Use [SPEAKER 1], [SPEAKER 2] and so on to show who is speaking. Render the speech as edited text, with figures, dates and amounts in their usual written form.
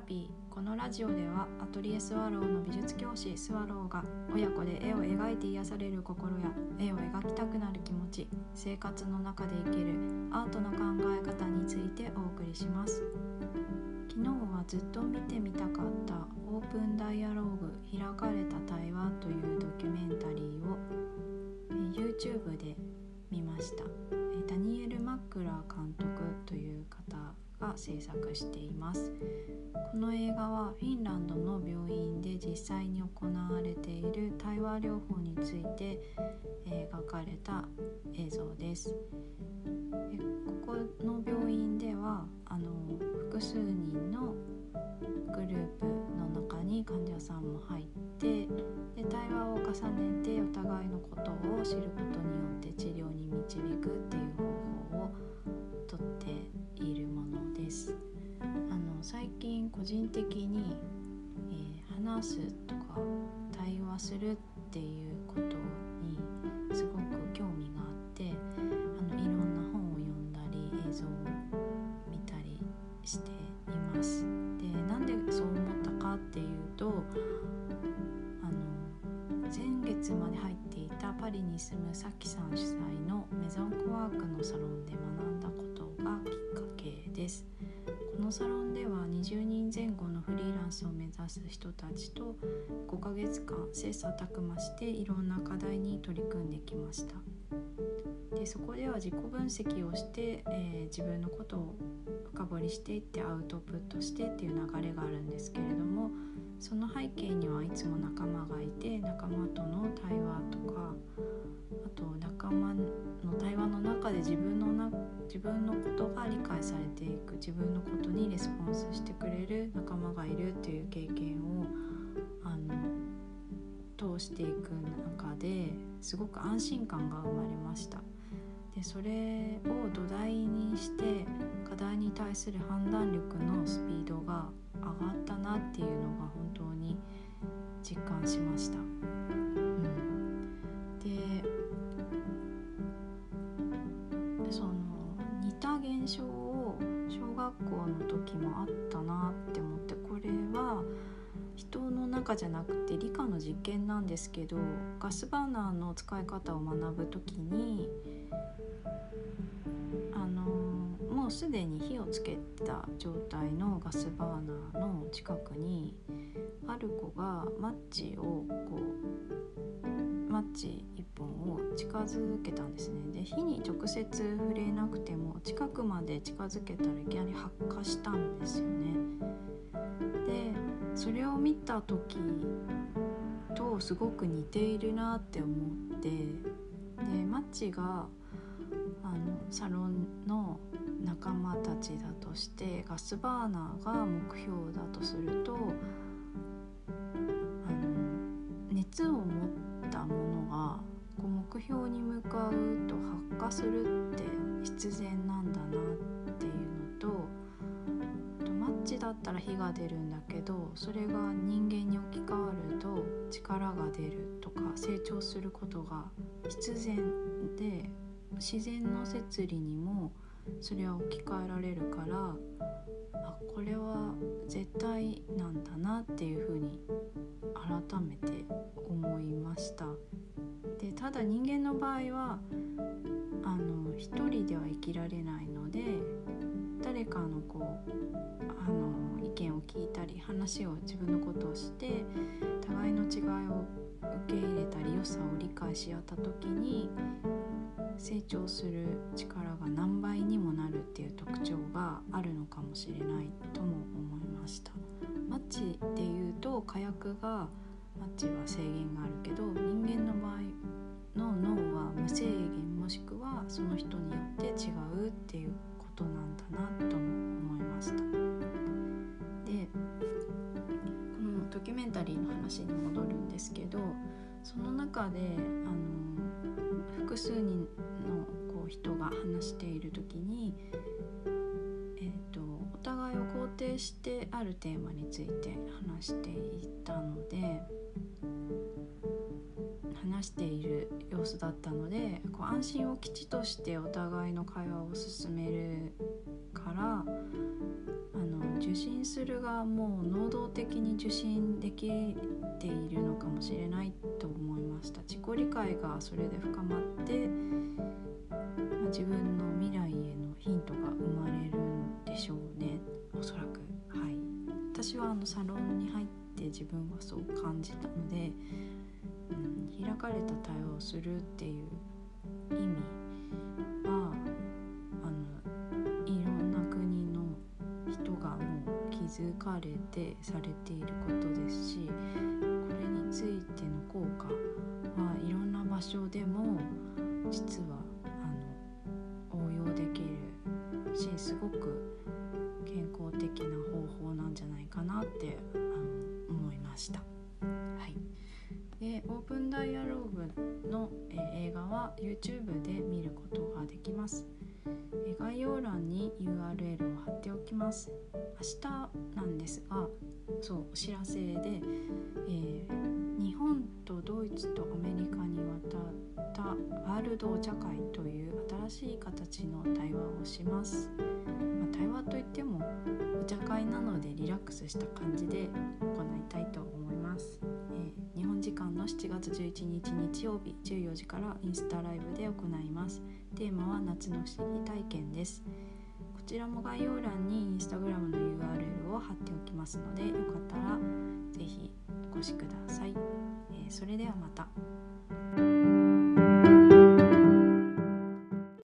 [SPEAKER 1] ピー。このラジオではアトリエスワローの美術教師スワローが親子で絵を描いて癒される心や絵を描きたくなる気持ち、生活の中で生きるアートの考え方についてお送りします。昨日はずっと見てみたかったオープンダイアローグ開かれた対話というドキュメンタリーを YouTube で見ました。ダニエル・マックラー監督という方が制作しています。この映画はフィンランドの病院で実際に行われている対話療法について描かれた映像です。ここの病院では複数人のグループの中に患者さんも入ってで対話を重ねてお互いのことを知ることによって治療に導くっていう方法をとっているものです。最近個人的に、話すとか対話するっていうことにすごく興味があっていろんな本を読んだり映像を見たりしています。で、なんでそう思ったかっていうと先月まで入っていたパリに住むさきさん主催のメゾンコワークのサロンで学んだことがきっかけです。このサロンでは20人前後のフリーランスを目指す人たちと5ヶ月間切磋琢磨していろんな課題に取り組んできました。でそこでは自己分析をして、自分のことを深掘りしていってアウトプットしてっていう流れがあるんですけれども、その背景にはいつも仲間がいて仲間との対話とかあと仲間の対話の中で自分のことが理解されていく、自分のことにレスポンスしてくれる仲間がいるという経験を通していく中ですごく安心感が生まれました。でそれを土台にして課題に対する判断力のスピードが上がったなっていうのが本当に実感しました。でその似た現象を小学校の時もあったなって思って、これは人の中じゃなくて理科の実験なんですけど、ガスバーナーの使い方を学ぶ時にもうすでに火をつけた状態のガスバーナーの近くにある子がマッチ1本を近づけたんですね。で火に直接触れなくても近くまで近づけたらいきなり発火したんですよね。でそれを見た時とすごく似ているなって思って、でマッチがサロンの仲間たちだとしてガスバーナーが目標だとすると熱を持ったものが目標に向かうと発火するって必然なんだなっていうのと、マッチだったら火が出るんだけどそれが人間に置き換わると力が出るとか成長することが必然で、自然の摂理にもそれは置き換えられるから、これは絶対なんだなっていうふうに改めて思いました。でただ人間の場合は一人では生きられないので誰かの意見を聞いたり話を自分のことをして互いの違いを受け入れたり良さを理解し合った時に成長する力が何倍にもなるっていう特徴があるのかもしれないとも思いました。マッチでいうと火薬がマッチは制限があるけど人間の場合の脳は無制限もしくはその人によって違うっていうことなんだなとも思いました。でこのドキュメンタリーの話に戻るんですけど、その中で複数人の人が話している時に、お互いを肯定してあるテーマについて話していたので話している様子だったので、安心を基地としてお互いの会話を進めるから、受信する側も能動的に受信できているのかもしれないと思いました。自己理解がそれで深まって、自分の未来へのヒントが生まれるんでしょうね、おそらく。はい、私はサロンに入って自分はそう感じたので、開かれた対話をするっていう意味はいろんな国の人がもう気づかれてされていることですし、これについての効果はいろんな場所でも実は応用できるし、すごく健康的な方法なんじゃないかなって思いました。はい。で、オープンダイアログの、映画は YouTube で見ることができます。概要欄に URL を貼っておきます。明日なんですが、お知らせで、日本とドイツとアメリカに渡ったワールドお茶会という新しい形の対話をします。対話といってもお茶会なのでリラックスした感じで行いたいと思います。日本時間の7月11日日曜日14時からインスタライブで行います。テーマは夏の不思議体験です。こちらも概要欄にインスタグラムの URL を貼っておきますので、よかったらぜひお越しください。それではまた。